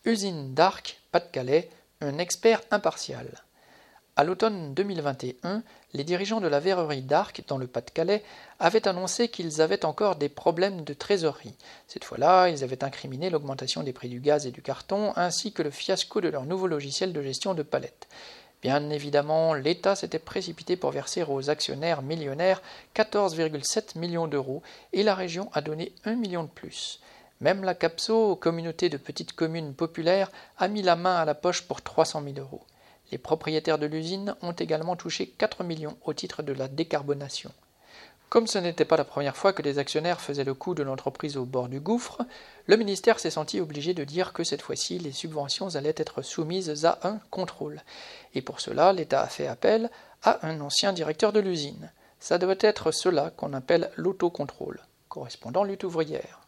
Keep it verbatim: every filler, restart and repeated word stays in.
Usine d'Arques, Pas-de-Calais, un expert impartial. À l'automne deux mille vingt et un, les dirigeants de la verrerie d'Arques, dans le Pas-de-Calais, avaient annoncé qu'ils avaient encore des problèmes de trésorerie. Cette fois-là, ils avaient incriminé l'augmentation des prix du gaz et du carton, ainsi que le fiasco de leur nouveau logiciel de gestion de palettes. Bien évidemment, l'État s'était précipité pour verser aux actionnaires millionnaires quatorze virgule sept millions d'euros et la région a donné un million de plus. Même la CAPSO, communauté de petites communes populaires, a mis la main à la poche pour trois cent mille euros. Les propriétaires de l'usine ont également touché quatre millions au titre de la décarbonation. Comme ce n'était pas la première fois que des actionnaires faisaient le coup de l'entreprise au bord du gouffre, le ministère s'est senti obligé de dire que cette fois-ci, les subventions allaient être soumises à un contrôle. Et pour cela, l'État a fait appel à un ancien directeur de l'usine. Ça doit être cela qu'on appelle l'autocontrôle. Correspondant lutte ouvrière.